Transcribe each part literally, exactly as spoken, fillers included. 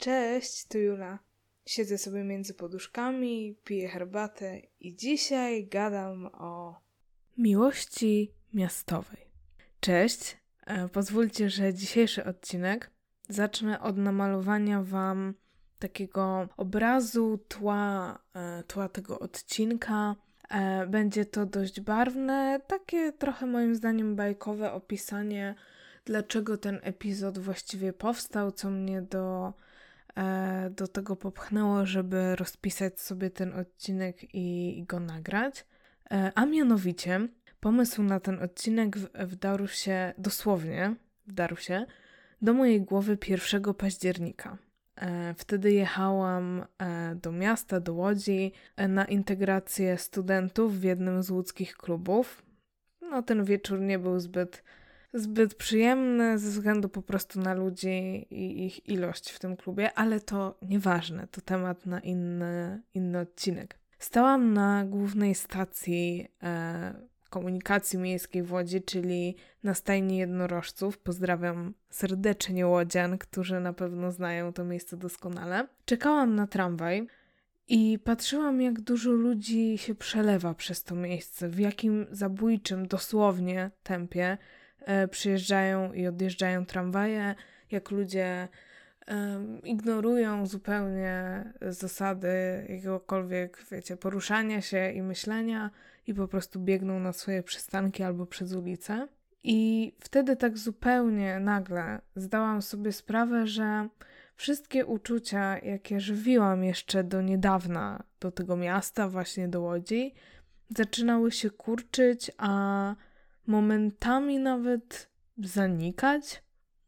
Cześć, tu Jula. Siedzę sobie między poduszkami, piję herbatę i dzisiaj gadam o miłości miastowej. Cześć, e, pozwólcie, że dzisiejszy odcinek zacznę od namalowania wam takiego obrazu, tła, e, tła tego odcinka. E, będzie to dość barwne, takie trochę moim zdaniem bajkowe opisanie, dlaczego ten epizod właściwie powstał, co mnie do, e, do tego popchnęło, żeby rozpisać sobie ten odcinek i, i go nagrać. E, a mianowicie pomysł na ten odcinek w, wdarł się, dosłownie wdarł się do mojej głowy pierwszego października. E, wtedy jechałam e, do miasta, do Łodzi e, na integrację studentów w jednym z łódzkich klubów. No ten wieczór nie był zbyt Zbyt przyjemny ze względu po prostu na ludzi i ich ilość w tym klubie, ale to nieważne, to temat na inny, inny odcinek. Stałam na głównej stacji e, komunikacji miejskiej w Łodzi, czyli na stajni jednorożców. Pozdrawiam serdecznie łodzian, którzy na pewno znają to miejsce doskonale. Czekałam na tramwaj i patrzyłam, jak dużo ludzi się przelewa przez to miejsce, w jakim zabójczym, dosłownie tempie przyjeżdżają i odjeżdżają tramwaje, jak ludzie um, ignorują zupełnie zasady jakiegokolwiek, wiecie, poruszania się i myślenia i po prostu biegną na swoje przystanki albo przez ulicę. I wtedy tak zupełnie nagle zdałam sobie sprawę, że wszystkie uczucia, jakie żywiłam jeszcze do niedawna do tego miasta, właśnie do Łodzi, zaczynały się kurczyć, a momentami nawet zanikać.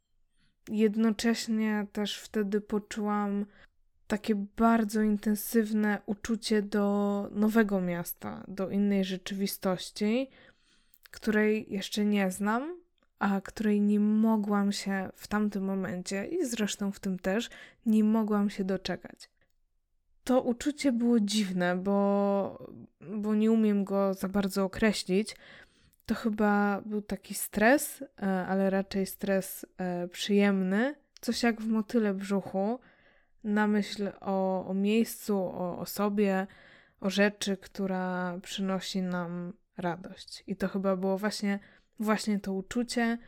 Jednocześnie też wtedy poczułam takie bardzo intensywne uczucie do nowego miasta, do innej rzeczywistości, której jeszcze nie znam, a której nie mogłam się w tamtym momencie i zresztą w tym też nie mogłam się doczekać. To uczucie było dziwne, bo, bo nie umiem go za bardzo określić. To chyba był taki stres, ale raczej stres przyjemny, coś jak w motyle brzuchu, na myśl o, o miejscu, o osobie, o rzeczy, która przynosi nam radość. I to chyba było właśnie, właśnie to uczucie.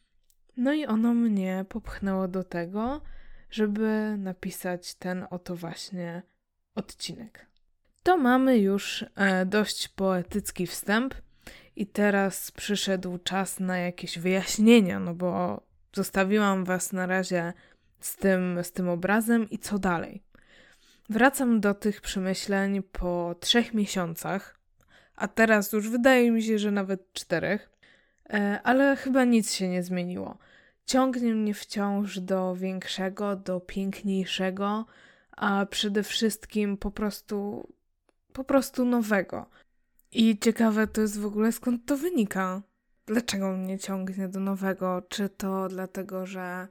No i ono mnie popchnęło do tego, żeby napisać ten oto właśnie odcinek. To mamy już dość poetycki wstęp. I teraz przyszedł czas na jakieś wyjaśnienia, no bo zostawiłam was na razie z tym, z tym obrazem i co dalej. Wracam do tych przemyśleń po trzech miesiącach, a teraz już wydaje mi się, że nawet czterech, ale chyba nic się nie zmieniło. Ciągnie mnie wciąż do większego, do piękniejszego, a przede wszystkim po prostu, po prostu nowego. I ciekawe to jest w ogóle, skąd to wynika. Dlaczego mnie ciągnie do nowego? Czy to dlatego, że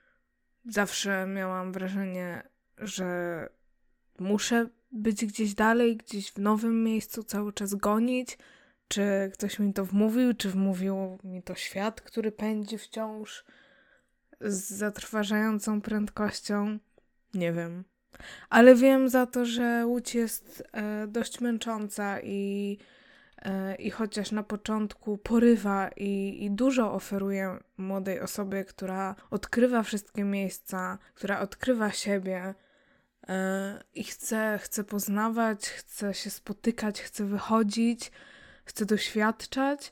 zawsze miałam wrażenie, że muszę być gdzieś dalej, gdzieś w nowym miejscu cały czas gonić? Czy ktoś mi to wmówił? Czy wmówił mi to świat, który pędzi wciąż z zatrważającą prędkością? Nie wiem. Ale wiem za to, że Łódź jest e, dość męcząca i, e, i chociaż na początku porywa i, i dużo oferuje młodej osobie, która odkrywa wszystkie miejsca, która odkrywa siebie e, i chce, chce poznawać, chce się spotykać, chce wychodzić, chce doświadczać,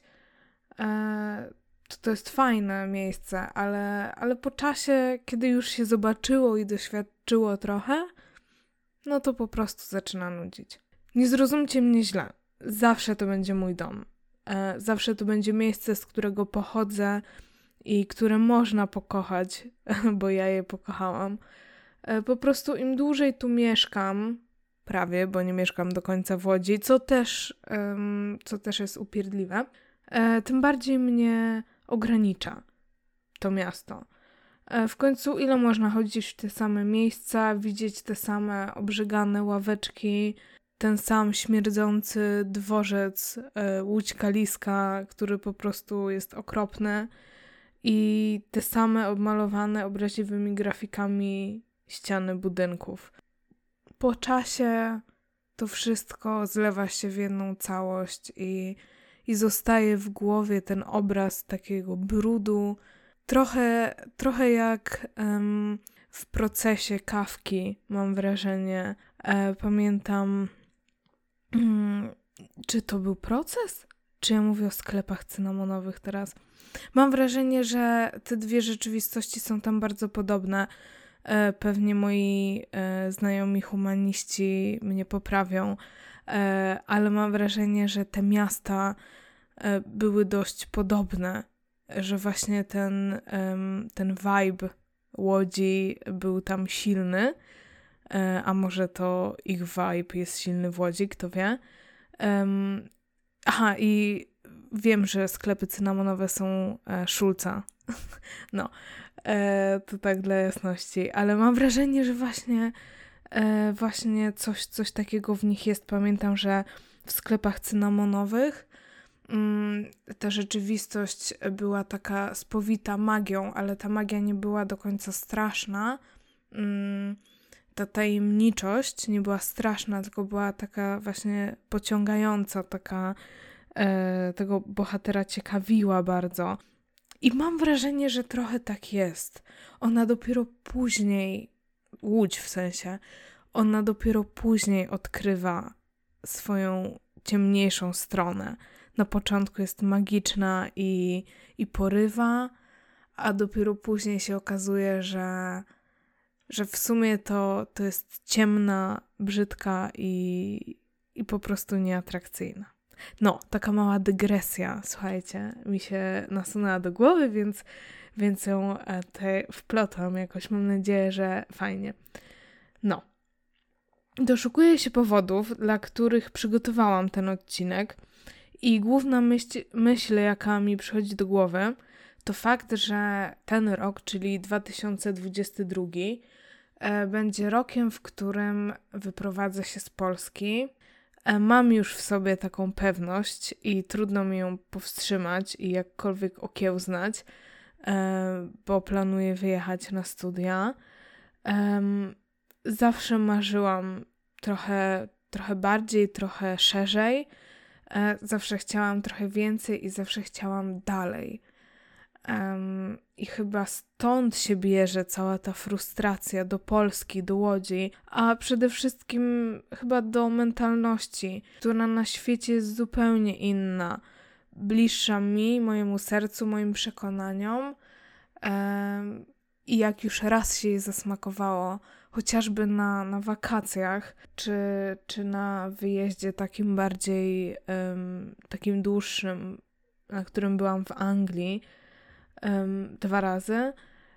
e, to, to jest fajne miejsce, ale, ale po czasie, kiedy już się zobaczyło i doświadczyło trochę, no to po prostu zaczyna nudzić. Nie zrozumcie mnie źle. Zawsze to będzie mój dom. E, zawsze to będzie miejsce, z którego pochodzę i które można pokochać, bo ja je pokochałam. E, po prostu im dłużej tu mieszkam, prawie, bo nie mieszkam do końca w Łodzi, co też, um, co też jest upierdliwe, e, tym bardziej mnie ogranicza to miasto. W końcu ile można chodzić w te same miejsca, widzieć te same obrzygane ławeczki, ten sam śmierdzący dworzec e, Łódź Kaliska, który po prostu jest okropny i te same obmalowane obraźliwymi grafikami ściany budynków. Po czasie to wszystko zlewa się w jedną całość i, i zostaje w głowie ten obraz takiego brudu, trochę, trochę jak um, w procesie Kafki, mam wrażenie. E, pamiętam, um, czy to był proces? Czy ja mówię o sklepach cynamonowych teraz? Mam wrażenie, że te dwie rzeczywistości są tam bardzo podobne. E, pewnie moi e, znajomi humaniści mnie poprawią, e, ale mam wrażenie, że te miasta e, były dość podobne, że właśnie ten, e, ten vibe Łodzi był tam silny, e, a może to ich vibe jest silny w Łodzi, kto wie. E, aha, i wiem, że sklepy cynamonowe są e, Schulza. No, e, to tak dla jasności. Ale mam wrażenie, że właśnie, e, właśnie coś, coś takiego w nich jest. Pamiętam, że w sklepach cynamonowych mm, ta rzeczywistość była taka spowita magią, ale ta magia nie była do końca straszna. Mm, ta tajemniczość nie była straszna, tylko była taka właśnie pociągająca, taka e, tego bohatera ciekawiła bardzo. I mam wrażenie, że trochę tak jest. Ona dopiero później, Łódź w sensie, ona dopiero później odkrywa swoją ciemniejszą stronę. Na początku jest magiczna i, i porywa, a dopiero później się okazuje, że, że w sumie to, to jest ciemna, brzydka i, i po prostu nieatrakcyjna. No, taka mała dygresja, słuchajcie, mi się nasunęła do głowy, więc, więc ją tutaj wplotłam jakoś. Mam nadzieję, że fajnie. No. Doszukuję się powodów, dla których przygotowałam ten odcinek i główna myśl, myśl, jaka mi przychodzi do głowy, to fakt, że ten rok, czyli dwa tysiące dwudziesty drugi, e, będzie rokiem, w którym wyprowadzę się z Polski. Mam już w sobie taką pewność i trudno mi ją powstrzymać i jakkolwiek okiełznać, bo planuję wyjechać na studia. Zawsze marzyłam trochę, trochę bardziej, trochę szerzej. Zawsze chciałam trochę więcej i zawsze chciałam dalej. Um, I chyba stąd się bierze cała ta frustracja do Polski, do Łodzi, a przede wszystkim chyba do mentalności, która na świecie jest zupełnie inna, bliższa mi, mojemu sercu, moim przekonaniom. Um, I jak już raz się jej zasmakowało, chociażby na, na wakacjach, czy, czy na wyjeździe takim bardziej, um, takim dłuższym, na którym byłam w Anglii, Um, dwa razy,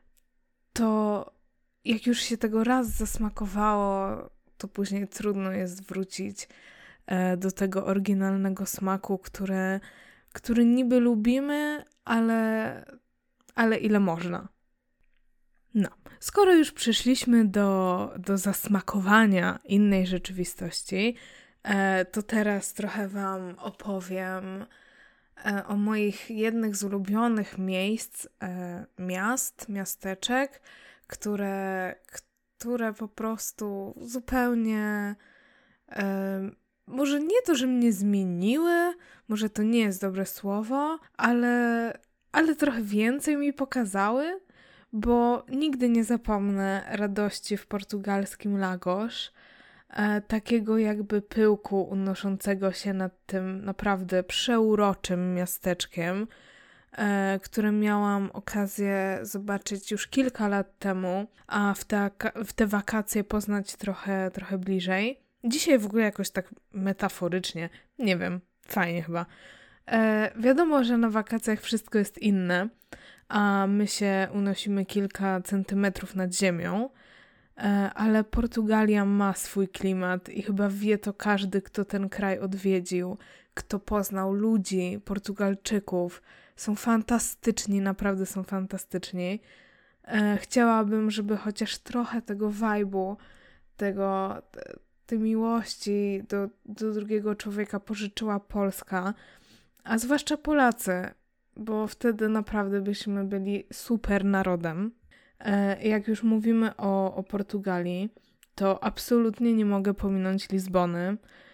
to jak już się tego raz zasmakowało, to później trudno jest wrócić e, do tego oryginalnego smaku, które, który niby lubimy, ale, ale ile można. No, skoro już przyszliśmy do, do zasmakowania innej rzeczywistości, e, to teraz trochę wam opowiem o moich jednych z ulubionych miejsc, e, miast, miasteczek, które, które po prostu zupełnie e, może nie to, że mnie zmieniły, może to nie jest dobre słowo, ale, ale trochę więcej mi pokazały, bo nigdy nie zapomnę radości w portugalskim Lagos, E, takiego jakby pyłku unoszącego się nad tym naprawdę przeuroczym miasteczkiem, e, które miałam okazję zobaczyć już kilka lat temu, a w te, w te wakacje poznać trochę, trochę bliżej. Dzisiaj w ogóle jakoś tak metaforycznie, nie wiem, fajnie chyba. E, wiadomo, że na wakacjach wszystko jest inne, a my się unosimy kilka centymetrów nad ziemią, ale Portugalia ma swój klimat i chyba wie to każdy, kto ten kraj odwiedził, kto poznał ludzi, Portugalczyków. Są fantastyczni, naprawdę są fantastyczni. Chciałabym, żeby chociaż trochę tego vibe'u, tego, tej miłości do, do drugiego człowieka pożyczyła Polska, a zwłaszcza Polacy, bo wtedy naprawdę byśmy byli super narodem. Jak już mówimy o, o Portugalii, to absolutnie nie mogę pominąć Lizbony,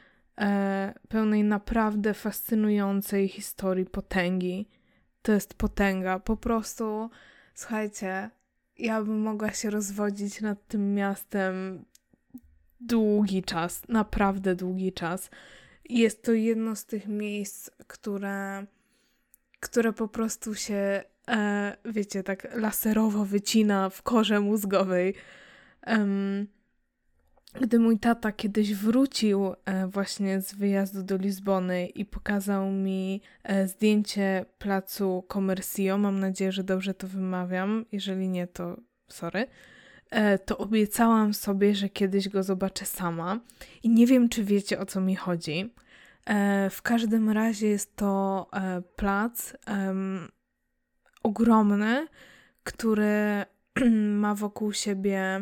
pełnej naprawdę fascynującej historii potęgi. To jest potęga. Po prostu, słuchajcie, ja bym mogła się rozwodzić nad tym miastem długi czas, naprawdę długi czas. Jest to jedno z tych miejsc, które, które po prostu się, e, wiecie, tak laserowo wycina w korze mózgowej. Um, Gdy mój tata kiedyś wrócił e, właśnie z wyjazdu do Lizbony i pokazał mi e, zdjęcie placu Comercio, mam nadzieję, że dobrze to wymawiam, jeżeli nie, to sorry, e, to obiecałam sobie, że kiedyś go zobaczę sama i nie wiem, czy wiecie, o co mi chodzi. E, w każdym razie jest to e, plac em, ogromny, który ma wokół siebie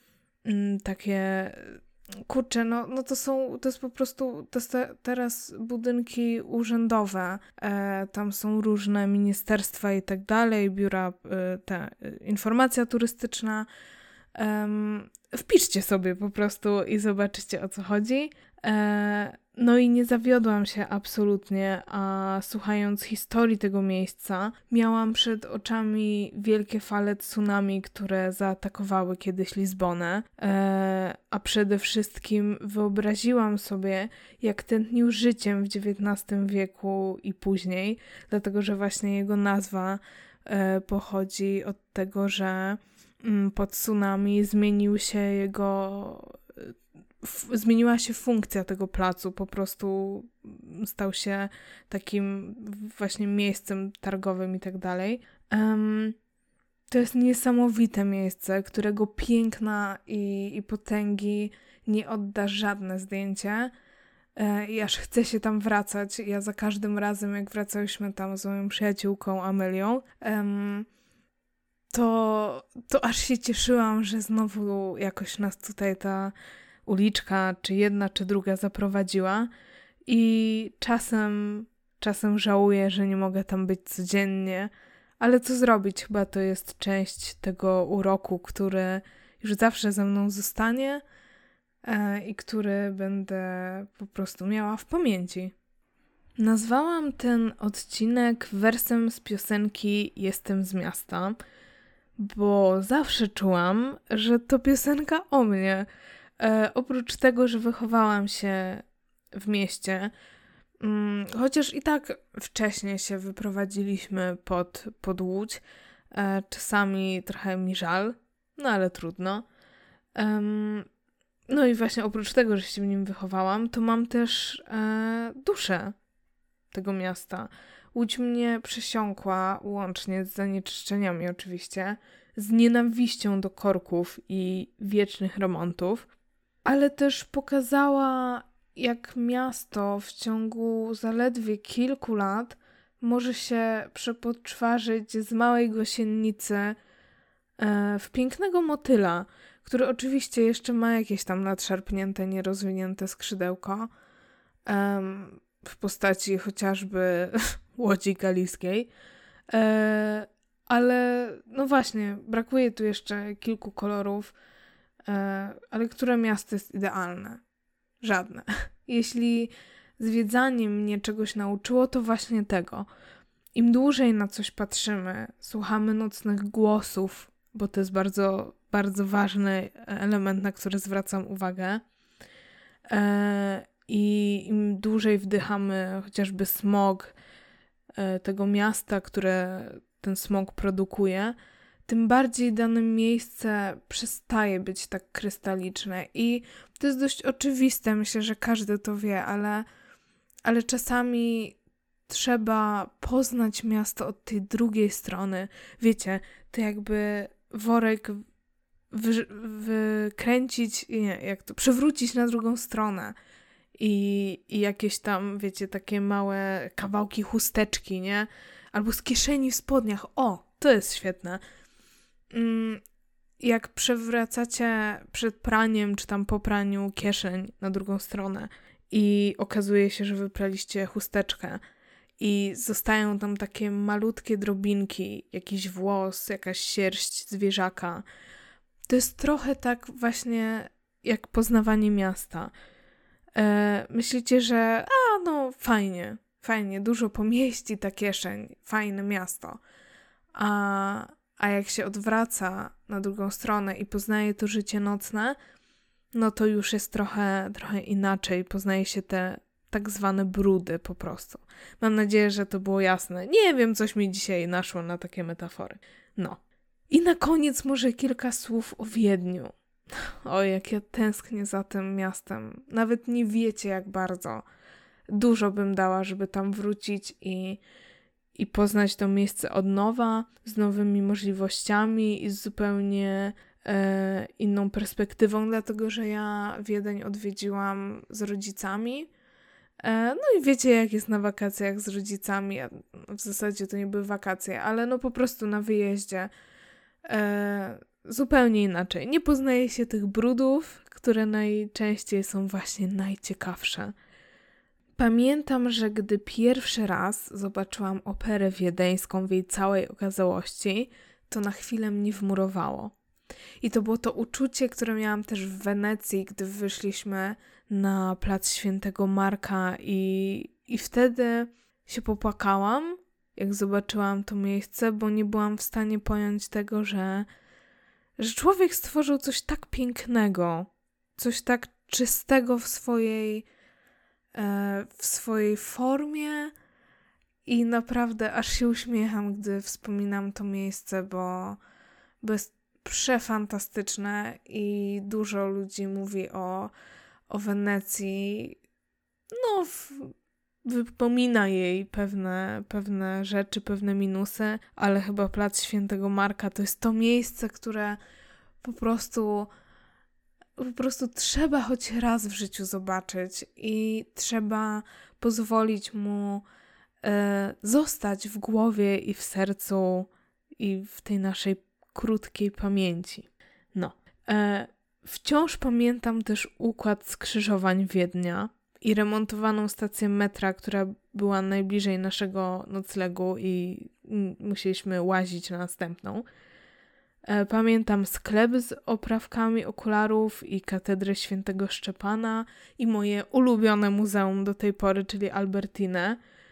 takie, kurczę, no, no to są, to jest po prostu, to jest te, teraz budynki urzędowe, e, tam są różne ministerstwa i tak dalej, biura, e, te, informacja turystyczna, e, wpiszcie sobie po prostu i zobaczycie, o co chodzi. E, no i nie zawiodłam się absolutnie, a słuchając historii tego miejsca, miałam przed oczami wielkie fale tsunami, które zaatakowały kiedyś Lizbonę, e, a przede wszystkim wyobraziłam sobie, jak tętnił życiem w dziewiętnastym wieku i później, dlatego że właśnie jego nazwa e, pochodzi od tego, że mm, po tsunami zmienił się jego... F- zmieniła się funkcja tego placu, po prostu stał się takim właśnie miejscem targowym i tak dalej. Um, to jest niesamowite miejsce, którego piękna i, i potęgi nie odda żadne zdjęcie e, i aż chce się tam wracać. Ja za każdym razem, jak wracałyśmy tam z moją przyjaciółką Amelią, um, to, to aż się cieszyłam, że znowu jakoś nas tutaj ta uliczka, czy jedna, czy druga zaprowadziła i czasem, czasem żałuję, że nie mogę tam być codziennie, ale co zrobić? Chyba to jest część tego uroku, który już zawsze ze mną zostanie e, i który będę po prostu miała w pamięci. Nazwałam ten odcinek wersem z piosenki Jestem z miasta, bo zawsze czułam, że to piosenka o mnie. E, oprócz tego, że wychowałam się w mieście, mm, chociaż i tak wcześniej się wyprowadziliśmy pod, pod Łódź, e, czasami trochę mi żal, no ale trudno. Um, no i właśnie oprócz tego, że się w nim wychowałam, to mam też e, duszę tego miasta. Łódź mnie przesiąkła, łącznie z zanieczyszczeniami oczywiście, z nienawiścią do korków i wiecznych remontów, ale też pokazała, jak miasto w ciągu zaledwie kilku lat może się przepoczwarzyć z małej gosiennicy e, w pięknego motyla, który oczywiście jeszcze ma jakieś tam nadszarpnięte, nierozwinięte skrzydełko e, w postaci chociażby Łodzi Kaliskiej. E, ale no właśnie, brakuje tu jeszcze kilku kolorów, ale które miasto jest idealne? Żadne. Jeśli zwiedzanie mnie czegoś nauczyło, to właśnie tego. Im dłużej na coś patrzymy, słuchamy nocnych głosów, bo to jest bardzo, bardzo ważny element, na który zwracam uwagę, i im dłużej wdychamy chociażby smog tego miasta, które ten smog produkuje, tym bardziej dane miejsce przestaje być tak krystaliczne. I to jest dość oczywiste, myślę, że każdy to wie, ale, ale czasami trzeba poznać miasto od tej drugiej strony. Wiecie, to jakby worek wy, wykręcić, nie, jak to, przewrócić na drugą stronę. I, I jakieś tam, wiecie, takie małe kawałki chusteczki, nie? Albo z kieszeni w spodniach. O, to jest świetne. Jak przewracacie przed praniem, czy tam po praniu kieszeń na drugą stronę i okazuje się, że wypraliście chusteczkę i zostają tam takie malutkie drobinki, jakiś włos, jakaś sierść zwierzaka. To jest trochę tak właśnie jak poznawanie miasta. E, myślicie, że a no fajnie, fajnie, dużo pomieści ta kieszeń, fajne miasto. A, a jak się odwraca na drugą stronę i poznaje to życie nocne, no to już jest trochę, trochę inaczej. Poznaje się te tak zwane brudy po prostu. Mam nadzieję, że to było jasne. Nie wiem, coś mi dzisiaj naszło na takie metafory. No. I na koniec może kilka słów o Wiedniu. O, jak ja tęsknię za tym miastem. Nawet nie wiecie, jak bardzo. Dużo bym dała, żeby tam wrócić i, i poznać to miejsce od nowa, z nowymi możliwościami i z zupełnie e, inną perspektywą, dlatego że ja Wiedeń odwiedziłam z rodzicami. E, no i wiecie, jak jest na wakacjach z rodzicami. W zasadzie to nie były wakacje, ale no po prostu na wyjeździe. E, zupełnie inaczej. Nie poznaje się tych brudów, które najczęściej są właśnie najciekawsze. Pamiętam, że gdy pierwszy raz zobaczyłam operę wiedeńską w jej całej okazałości, to na chwilę mnie wmurowało. I to było to uczucie, które miałam też w Wenecji, gdy wyszliśmy na plac Świętego Marka i, i wtedy się popłakałam, jak zobaczyłam to miejsce, bo nie byłam w stanie pojąć tego, że, że człowiek stworzył coś tak pięknego, coś tak czystego w swojej, e, w swojej formie i naprawdę aż się uśmiecham, gdy wspominam to miejsce, bo, bo jest przefantastyczne i dużo ludzi mówi o, o Wenecji, no w, wypomina jej pewne, pewne rzeczy, pewne minusy, ale chyba plac Świętego Marka to jest to miejsce, które po prostu po prostu trzeba choć raz w życiu zobaczyć i trzeba pozwolić mu e, zostać w głowie i w sercu i w tej naszej krótkiej pamięci. No. E, wciąż pamiętam też układ skrzyżowań Wiednia i remontowaną stację metra, która była najbliżej naszego noclegu i musieliśmy łazić na następną. E, pamiętam sklep z oprawkami okularów i katedrę Świętego Szczepana i moje ulubione muzeum do tej pory, czyli Albertinę,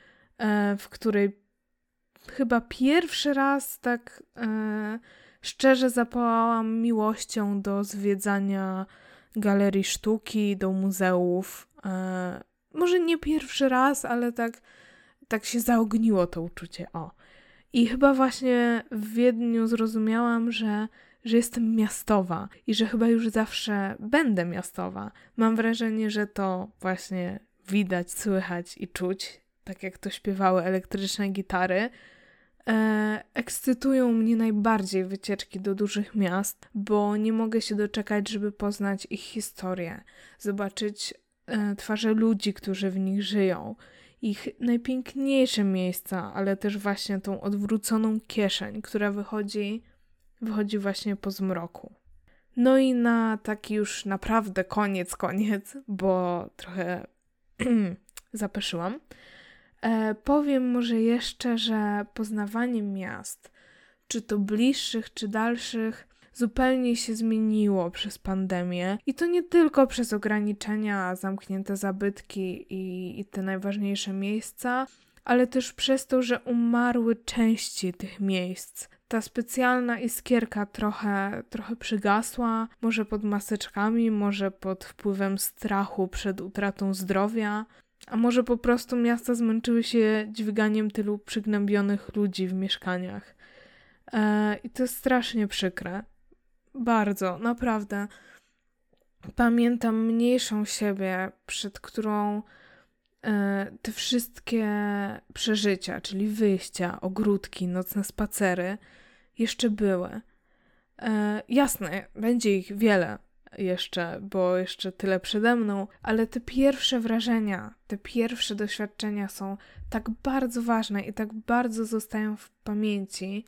e, w której chyba pierwszy raz tak e, szczerze zapałałam miłością do zwiedzania galerii sztuki, do muzeów. E, może nie pierwszy raz, ale tak, tak się zaogniło to uczucie. O. I chyba właśnie w Wiedniu zrozumiałam, że, że jestem miastowa i że chyba już zawsze będę miastowa. Mam wrażenie, że to właśnie widać, słychać i czuć, tak jak to śpiewały elektryczne gitary. E, ekscytują mnie najbardziej wycieczki do dużych miast, bo nie mogę się doczekać, żeby poznać ich historię, zobaczyć e, twarze ludzi, którzy w nich żyją, ich najpiękniejsze miejsca, ale też właśnie tą odwróconą kieszeń, która wychodzi, wychodzi właśnie po zmroku. No i na taki już naprawdę koniec, koniec, bo trochę zapeszyłam, E, powiem może jeszcze, że poznawanie miast, czy to bliższych, czy dalszych, zupełnie się zmieniło przez pandemię. I to nie tylko przez ograniczenia, zamknięte zabytki i, i te najważniejsze miejsca, ale też przez to, że umarły części tych miejsc. Ta specjalna iskierka trochę, trochę przygasła, może pod maseczkami, może pod wpływem strachu przed utratą zdrowia. A może po prostu miasta zmęczyły się dźwiganiem tylu przygnębionych ludzi w mieszkaniach. E, I to jest strasznie przykre. Bardzo, naprawdę. Pamiętam mniejszą siebie, przed którą e, te wszystkie przeżycia, czyli wyjścia, ogródki, nocne spacery jeszcze były. E, jasne, będzie ich wiele jeszcze, bo jeszcze tyle przede mną, ale te pierwsze wrażenia, te pierwsze doświadczenia są tak bardzo ważne i tak bardzo zostają w pamięci.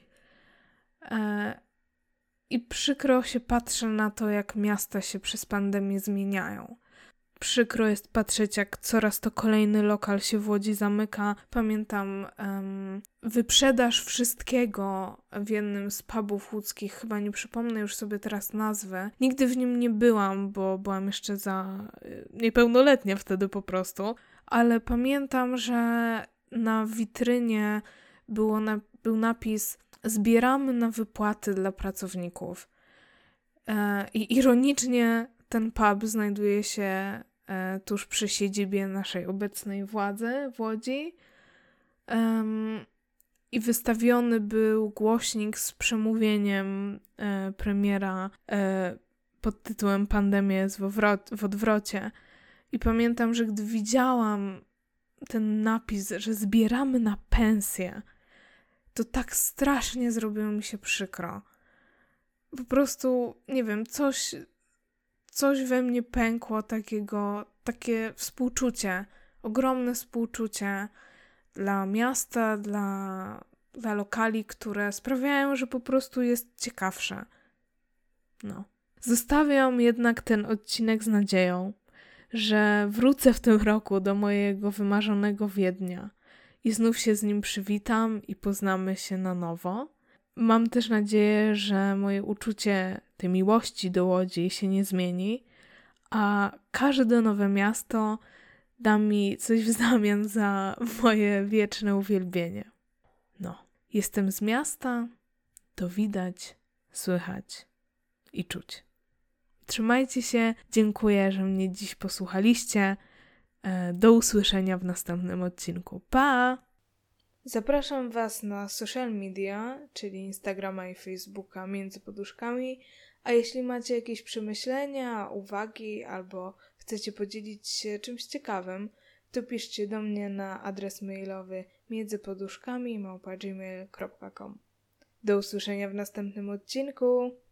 E, I przykro się patrzy na to, jak miasta się przez pandemię zmieniają. Przykro jest patrzeć, jak coraz to kolejny lokal się w Łodzi zamyka. Pamiętam um, wyprzedaż wszystkiego w jednym z pubów łódzkich, chyba nie przypomnę już sobie teraz nazwy. Nigdy w nim nie byłam, bo byłam jeszcze za niepełnoletnia wtedy po prostu, ale pamiętam, że na witrynie było na, był napis "Zbieramy na wypłaty dla pracowników". E, I ironicznie ten pub znajduje się e, tuż przy siedzibie naszej obecnej władzy w Łodzi. Um, I wystawiony był głośnik z przemówieniem e, premiera e, pod tytułem "Pandemia jest w, owro- w odwrocie". I pamiętam, że gdy widziałam ten napis, że zbieramy na pensję, to tak strasznie zrobiło mi się przykro. Po prostu, nie wiem, coś, coś we mnie pękło takiego, takie współczucie, ogromne współczucie dla miasta, dla, dla lokali, które sprawiają, że po prostu jest ciekawsze. No. Zostawiam jednak ten odcinek z nadzieją, że wrócę w tym roku do mojego wymarzonego Wiednia i znów się z nim przywitam i poznamy się na nowo. Mam też nadzieję, że moje uczucie tej miłości do Łodzi się nie zmieni, a każde nowe miasto da mi coś w zamian za moje wieczne uwielbienie. No, jestem z miasta, to widać, słychać i czuć. Trzymajcie się, dziękuję, że mnie dziś posłuchaliście. Do usłyszenia w następnym odcinku. Pa! Zapraszam Was na social media, czyli Instagrama i Facebooka Między Poduszkami, a jeśli macie jakieś przemyślenia, uwagi albo chcecie podzielić się czymś ciekawym, to piszcie do mnie na adres mailowy międzypoduszkami małpa gmail kropka com. Do usłyszenia w następnym odcinku.